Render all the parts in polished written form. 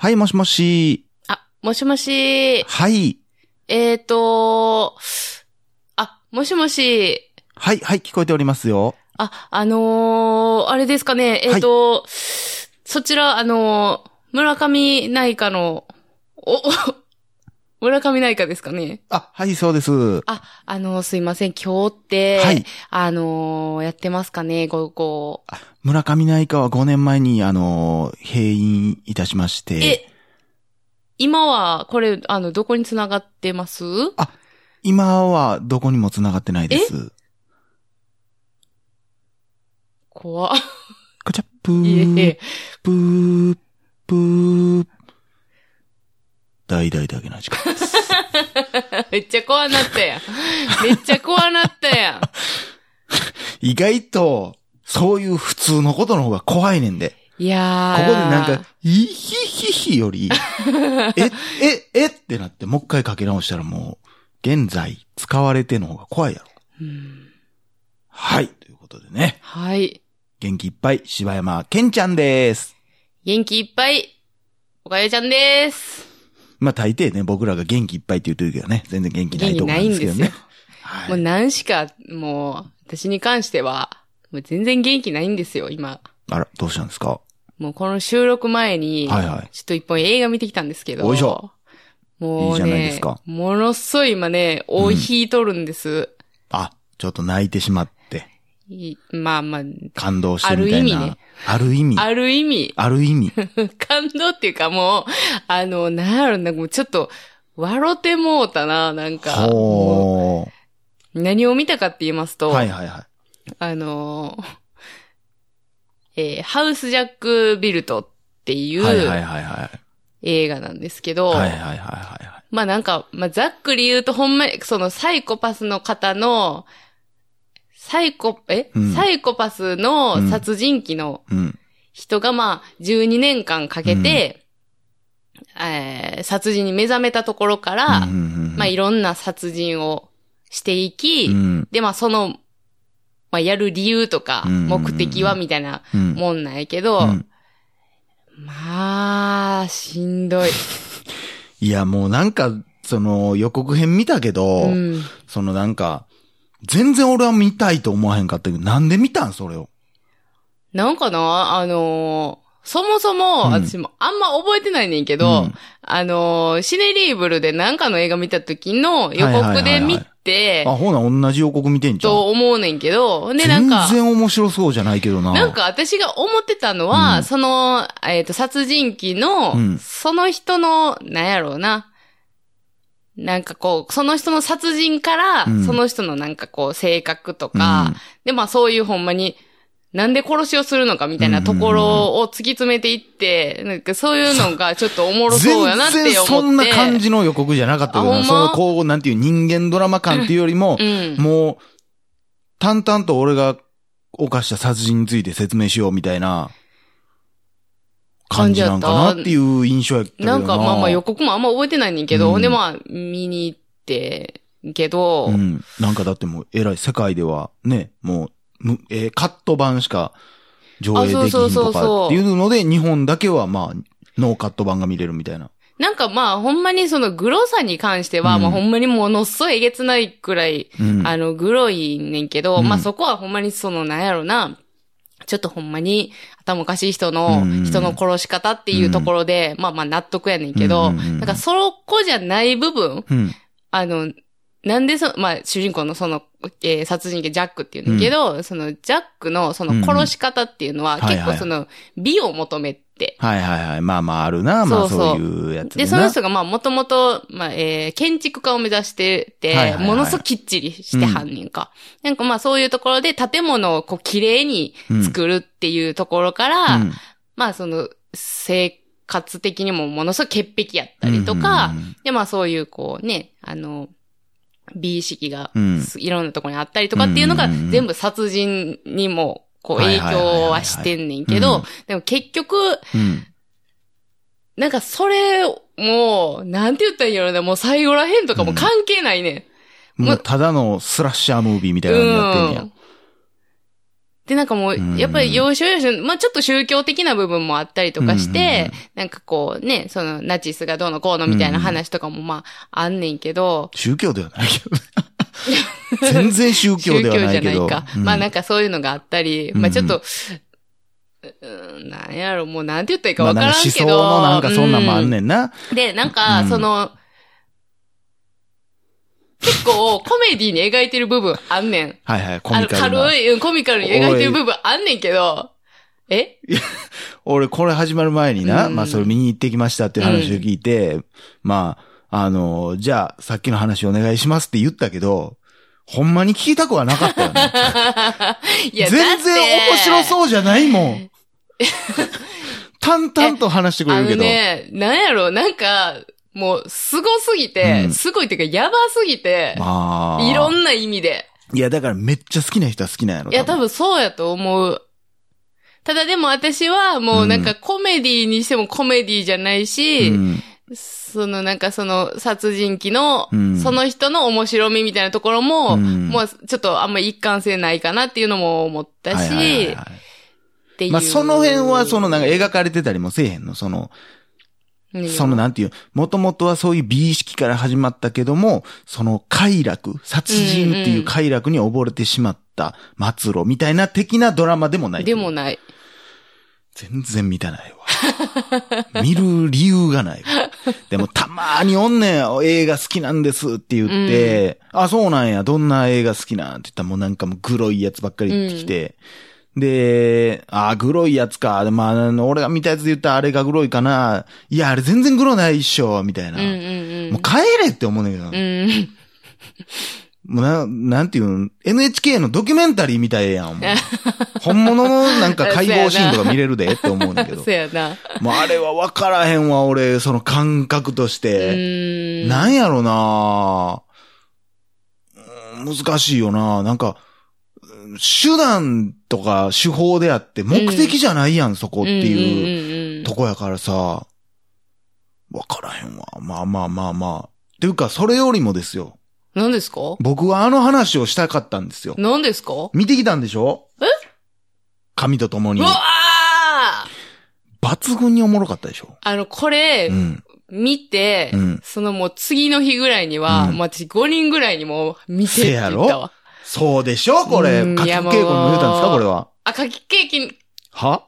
はい、もしもし。 もしもし。 はい。 もしもし。 はい、はい、聞こえておりますよ。 あれですかね。そちら、村上内科の、村上内科ですかね。 はい、そうです。 すいません。今日って、 はい。 やってますかね、 村上内科は5年前に、閉院いたしまして。 今は、これ、どこに繋がってます？ 今はどこにも繋がってないです。 怖っ。 カチャップー、プー、プー。大々だけな時間です。 めっちゃ怖なったやん。めっちゃ怖なったやん。 意外と、そういう普通のことの方が怖いねんで。 いやー。ここでなんか、イヒヒヒより、ってなってもう一回かけ直したらもう、現在使われての方が怖いやろ。はい。ということでね。 はい。 元気いっぱい、柴山健ちゃんです。 元気いっぱい、おかゆちゃんです。 まあ大抵ね、僕らが元気いっぱいって言ってるけどね、全然元気ないとこなんですけどね。 元気ないんですよ。はい、もう何しか、もう、私に関しては、もう全然元気ないんですよ、今。 あら、どうしたんですか？ もうこの収録前に、ちょっと一本映画見てきたんですけど。 おいしょ。 もうね、いいじゃないですか。ものすごい今ね、大引いとるんです。 ちょっと泣いてしまって。 まあ。 感動してみたいな。ある意味。 感動っていうかもう、なんやろな、もうちょっと、笑ってもうたな、なんか。何を見たかって言いますと。ハウスジャックビルトっていう映画なんですけど、まあなんか、ざっくり言うとほんまにそのサイコパスの方の、サイコパスの殺人鬼の人が12年間かけて、殺人に目覚めたところから、いろんな殺人をしていき、でそのやる理由とか、目的はみたいなもんなんやけど、しんどい。 いや、もうなんか、その予告編見たけど、そのなんか、全然俺は見たいと思わへんかったけど、なんで見たんそれを。 なんかな、そもそも、私もあんま覚えてないねんけど、シネリーブルでなんかの映画見た時の予告で見て、 ほな、同じ予告見てんじゃん。 と思うねんけど、 で、なんか。全然面白そうじゃないけどな。 なんか私が思ってたのは、その、殺人鬼の、その人の、なんやろうな。なんかこう、その人の殺人から、その人のなんかこう、性格とか、で、そういうほんまに、なんで殺しをするのかみたいなところを突き詰めていって、なんかそういうのがちょっとおもろそうやなって思って。 全然そんな感じの予告じゃなかったけどな。そのこう、なんていう人間ドラマ感っていうよりも、もう、淡々と俺が犯した殺人について説明しようみたいな感じなんかなっていう印象やったけどな。 なんか予告もあんま覚えてないねんけど、で見に行って、けど、 なんかだってもう偉い世界ではね、もう、カット版しか上映できひんとかっていうので、日本だけはノーカット版が見れるみたいな。 なんかほんまにそのグロさに関しては、ほんまにものすごいえげつないくらい、グロいねんけど、そこはほんまにそのなんやろな、ちょっとほんまに頭おかしい人の殺し方っていうところで、納得やねんけど、なんかそこじゃない部分、なんで主人公のその、殺人鬼ジャックっていうんだけど、そのジャックのその殺し方っていうのは、結構その美を求めて。 あるな。そういうやつで、その人がもともと、建築家を目指してて、ものすごくきっちりしてはんねんか。なんかそういうところで建物をこう綺麗に作るっていうところから、その生活的にもものすごく潔癖やったりとか、でそういうこうね、美意識がいろんなところにあったりとかっていうのが全部殺人にもこう影響はしてんねんけど、でも結局、なんかそれもう、なんて言ったらいいんやろね、もう最後らへんとかも関係ないねん。もうただのスラッシャームービーみたいなのやってんねや。 で、なんかもう、やっぱり要所要所、まあちょっと宗教的な部分もあったりとかして、なんかこうね、そのナチスがどうのこうのみたいな話とかもまああんねんけど。 宗教ではないけどね。全然宗教ではないけど。宗教じゃないか。 まあなんかそういうのがあったり、まあちょっと、なんやろ、もうなんて言ったらいいかわからんけど。 まあ、思想のなんかそんなんもあんねんな。 で、なんか、その、結構コメディに描いてる部分あんねん。 はいはい、コミカルな。 軽い、コミカルに描いてる部分あんねんけど、 俺これ始まる前にな、まあそれ見に行ってきましたっていう話を聞いて、まあ、じゃあさっきの話お願いしますって言ったけど、ほんまに聞きたくはなかったよね。いや全然面白そうじゃないもん。淡々と話してくれるけど。 なんやろ、なんか、もう、すごすぎて、すごいっていうか、やばすぎて、いろんな意味で。 いや、だからめっちゃ好きな人は好きなんやろ。 いや、多分そうやと思う。ただでも私はもうなんかコメディにしてもコメディじゃないし、そのなんかその殺人鬼の、その人の面白みみたいなところも、もうちょっとあんまり一貫性ないかなっていうのも思ったし、っていう。 まあその辺はそのなんか描かれてたりもせえへんの、そのなんていう、もともとはそういう美意識から始まったけども、その快楽、殺人っていう快楽に溺れてしまった末路みたいな的なドラマでもない。 でもない。 全然見てないわ。見る理由がないわ。でもたまーにおんねん、映画好きなんですって言って、あ、そうなんや、どんな映画好きなんって言ったらもうなんかもうグロいやつばっかり言ってきて、で、グロいやつか。まあ、俺が見たやつで言ったらあれがグロいかな。いや、あれ全然グロないっしょ、みたいな。もう帰れって思うねんだけど。もうなんていうの、NHK のドキュメンタリーみたいやん。本物のなんか解剖シーンとか見れるでって思うんだけど。 そうやな。 もうあれは分からへんわ、俺、その感覚として。なんやろな難しいよななんか、手段とか手法であって目的じゃないやん、そこっていうとこやからさ、わからへんわ。まあまあまあまあ。っていうか、それよりもですよ。 何ですか？ 僕はあの話をしたかったんですよ。 何ですか？ 見てきたんでしょ？神と共に。 うわー！抜群におもろかったでしょ？ これ、見て、そのもう次の日ぐらいには、もう私5人ぐらいにも見てって言ったわ。 そうでしょこれ。夏季稽古にも言うたんですかこれは。 夏季ケーキ。 は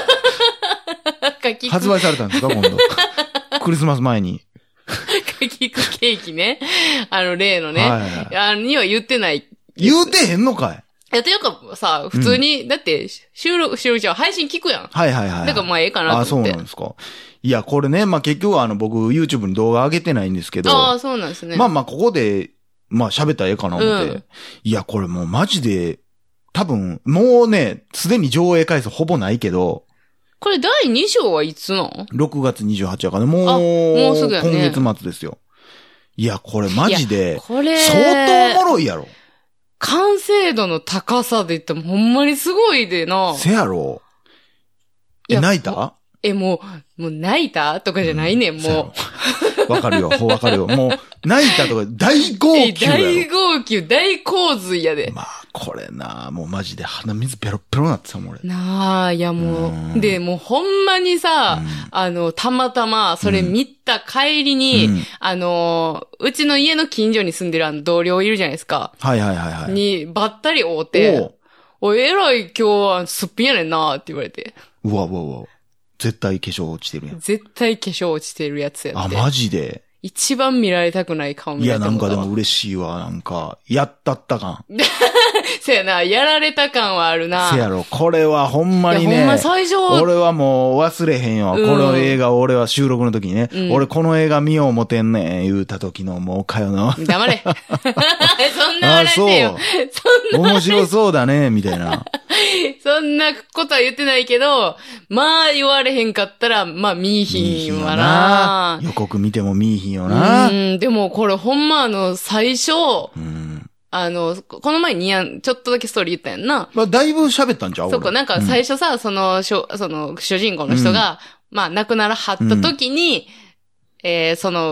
発売されたんですか今度。クリスマス前に。 夏季ケーキね。例のね。には言ってない。 言うてへんのかいというかさ、普通に、だって、収録じゃ配信聞くやん。 はいはいはい。 だからまあええかなと思って。 あ、そうなんですか。いや、これね、まあ結局は僕 YouTube に動画上げてないんですけど。 ああ、そうなんですね。 まあまあここで、まあ喋ったらええかな思って。いや、これもうマジで、多分、もうね、すでに上映回数ほぼないけど。 これ第2章はいつなの ?6 月28日からもうすぐやね。今月末ですよ。いや、これマジで、相当おもろいやろ。 完成度の高さで言ってもほんまにすごいでな。 せやろ。泣いた？ もう泣いたとかじゃないねん、もう。わかるよ、わかるよ。もう、泣いたとか大号泣やろ。 大号泣、大洪水やで。 まあ、これな、もうマジで鼻水ペロペロなってたもん、俺。 なあ、いやもう、で、もうほんまにさ、たまたま、それ見た帰りに、うちの家の近所に住んでる同僚いるじゃないですか。 はいはいはいはい。 に、ばったり会うて、えらい今日はすっぴんやねんなって言われて。 うわ。絶対化粧落ちてるやん。 絶対化粧落ちてるやつやって。 あ、マジで？ 一番見られたくない顔見られた。 いや、なんかでも嬉しいわ、なんか、やったった感。 せやな、やられた感はあるな。 せやろ、これはほんまにね。 ほんま最初。 俺はもう忘れへんよ。この映画を俺は収録の時にね。俺この映画見よう思てんねん、言うた時のもうかよな。 黙れ。そんな話よ。 そんな。面白そうだね、みたいな。 そんなことは言ってないけど、まあ言われへんかったら、まあ見いひんわな。 予告見ても見いひんよな。 でもこれほんま最初、この前にちょっとだけストーリー言ったやんな。 まあだいぶ喋ったんちゃう？ そうか、なんか最初さ、その主人公の人が、まあ亡くならはった時に、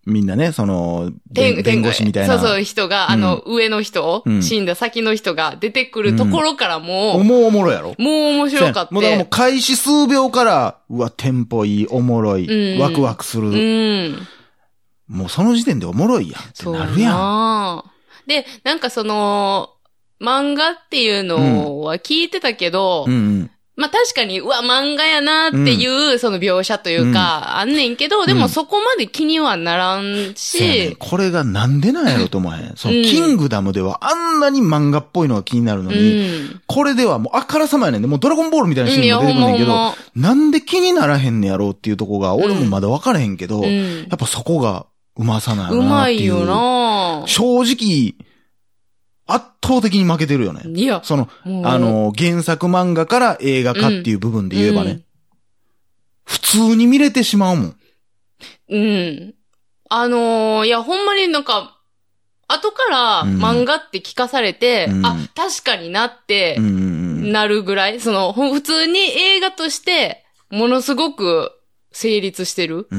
みんなね、弁護士みたいな。 そう人が、上の人、死んだ先の人が出てくるところからもう、 もうおもろいやろ？ もう面白かった。 もうだからもう開始数秒から、うわ、テンポいい、おもろい、ワクワクする。もうその時点でおもろいやんってなるやん。 で、なんか漫画っていうのは聞いてたけど、まあ確かに、うわ、漫画やなっていう、その描写というか、あんねんけど、でもそこまで気にはならんし、 これがなんでなんやろと思わへん。キングダムではあんなに漫画っぽいのが気になるのに、これではもうあからさまやねんで、もうドラゴンボールみたいなシーンも出てくるんだけど、なんで気にならへんねやろうっていうとこが、俺もまだ分からへんけど、やっぱそこがうまさなんやろなっていう。 うまいよな正直、圧倒的に負けてるよね。 いや。 原作漫画から映画化っていう部分で言えばね。普通に見れてしまうもん。 いや、ほんまになんか、後から漫画って聞かされて、確かになって、なるぐらい、普通に映画として、ものすごく成立してる。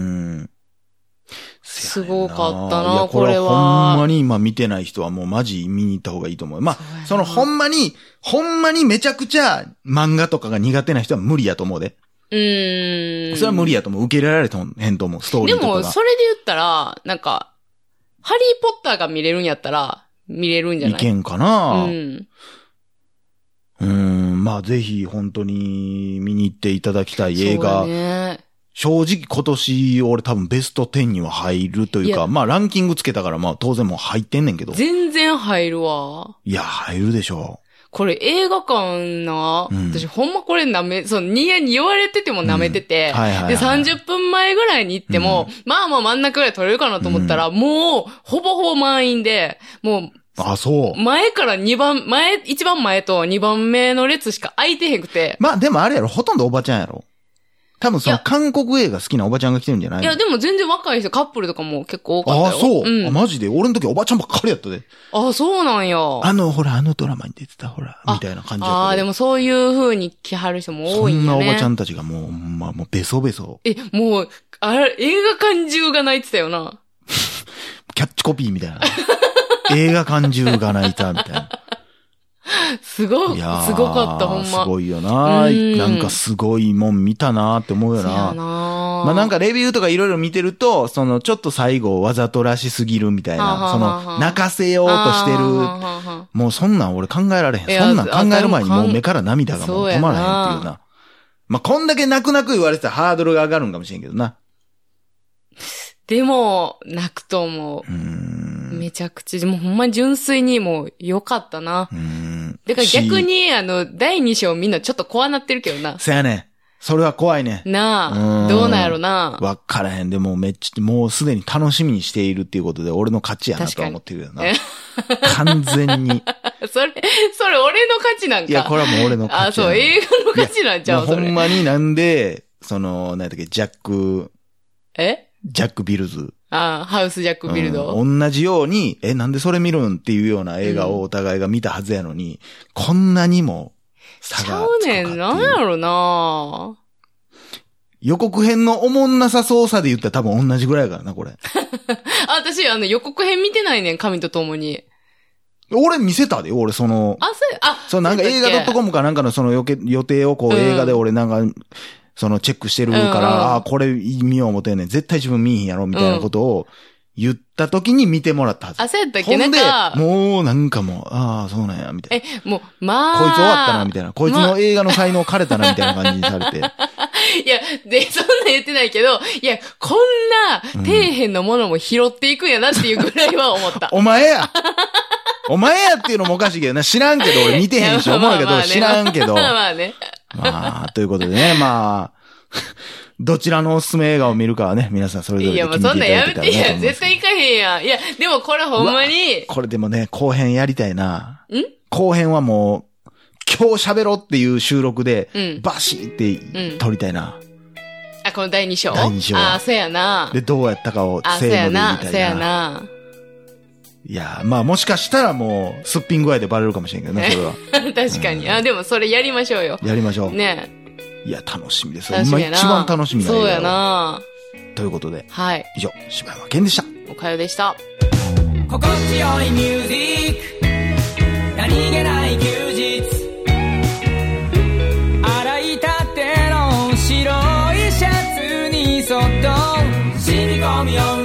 すごかったな、これは。 ほんまに今見てない人はもうマジ見に行った方がいいと思う。まあ、ほんまにめちゃくちゃ漫画とかが苦手な人は無理やと思うで。それは無理やと思う。受け入れられへんと思う、ストーリーとかが。 でも、それで言ったら、なんか、ハリーポッターが見れるんやったら、見れるんじゃない？ いけんかな。まあ、ぜひ本当に見に行っていただきたい映画。そうね。正直今年俺多分ベスト10には入るというか、まあランキングつけたからまあ当然もう入ってんねんけど。 全然入るわ。 いや、入るでしょう。 これ映画館な、私ほんまこれニヤに言われてても舐めてて、で30分前ぐらいに行っても、まあまあ真ん中ぐらい取れるかなと思ったら、もうほぼほぼ満員で、もう、 そう。 前から一番前と2番目の列しか空いてへんくて。 まあでもあれやろ、ほとんどおばちゃんやろ。多分韓国映画好きなおばちゃんが来てるんじゃないの？ いや、でも全然若い人、カップルとかも結構多かったよ。 そう。マジで俺の時おばちゃんばっかりやったで。 そうなんや。 ほら、ドラマに出てた、みたいな感じやった。 でもそういう風に来はる人も多いんやね。 そんなおばちゃんたちがもうベソベソ。 もう、映画館中が泣いてたよな。 キャッチコピーみたいな。映画館中が泣いた、みたいな。 すごかった、ほんま。 すごいよな。なんかすごいもん見たなって思うよな。まあなんかレビューとかいろいろ見てると、ちょっと最後わざとらしすぎるみたいな、泣かせようとしてる。もうそんなん俺考えられへん。そんなん考える前にもう目から涙がもう止まらへんっていうな。まあこんだけ泣く泣く言われてたらハードルが上がるんかもしれんけどな。 でも、泣くと思う。めちゃくちゃ、もうほんまに純粋にもう良かったな。だから逆に、第2章みんなちょっと怖なってるけどな。 そやね。それは怖いね。 なあ、どうなんやろな。 わからへんで、もうすでに楽しみにしているっていうことで、俺の勝ちやなと思ってるよな。完全に。 それ俺の勝ちなんか。 いや、これはもう俺の勝ち。 そう、映画の勝ちなんちゃう、 ほんまになんで、何やったっけ、ジャックビルズ。 ハウスジャックビルド。 同じように、なんでそれ見るんっていうような映画をお互いが見たはずやのに、こんなにも差がつくかっていう。 なんやろな予告編のおもんなさそうさで言ったら多分同じぐらいからな、これ。 私、予告編見てないねん、神と共に。 俺見せたで、俺なんか映画 .com かなんかの予定を映画で俺なんか、チェックしてるから、これ見よう思てんねん。絶対自分見えへんやろ、みたいなことを言った時に見てもらったはず。 そうやったっけ？ ほんで、もうなんかもう、そうなんや、みたいな。 もう、まあ。 こいつ終わったな、みたいな。こいつの映画の才能枯れたな、みたいな感じにされて。 いや、そんな言ってないけど、いや、こんな、底辺のものも拾っていくんやなっていうぐらいは思った。 お前やっていうのもおかしいけどな。知らんけど、俺見てへんし思うけど、知らんけど。 まあね。 まあ、ということでね、まあ、どちらのおすすめ映画を見るかはね、皆さんそれぞれ決めていただけたらなと思います。いや、もうそんなやめてや、絶対行かへんやん。いや、でもこれほんまに。これでもね、後編やりたいな。後編はもう、今日喋ろうっていう収録で、バシーって撮りたいな。 この第2章？ 第2章。 そうやな。 で、どうやったかをせーので言いたいな。 そうやな。 いや、まあもしかしたらもう、すっぴん具合でバレるかもしれんけどね、それは。 確かに。でもそれやりましょうよ。 やりましょう。 ね。 いや、楽しみです。今一番楽しみな映画。 そうやな。 ということで。 はい。 以上、柴山健でした。 おかよでした。 心地よいミュージック。何気ない休日。洗いたての白いシャツにそっと染み込むよう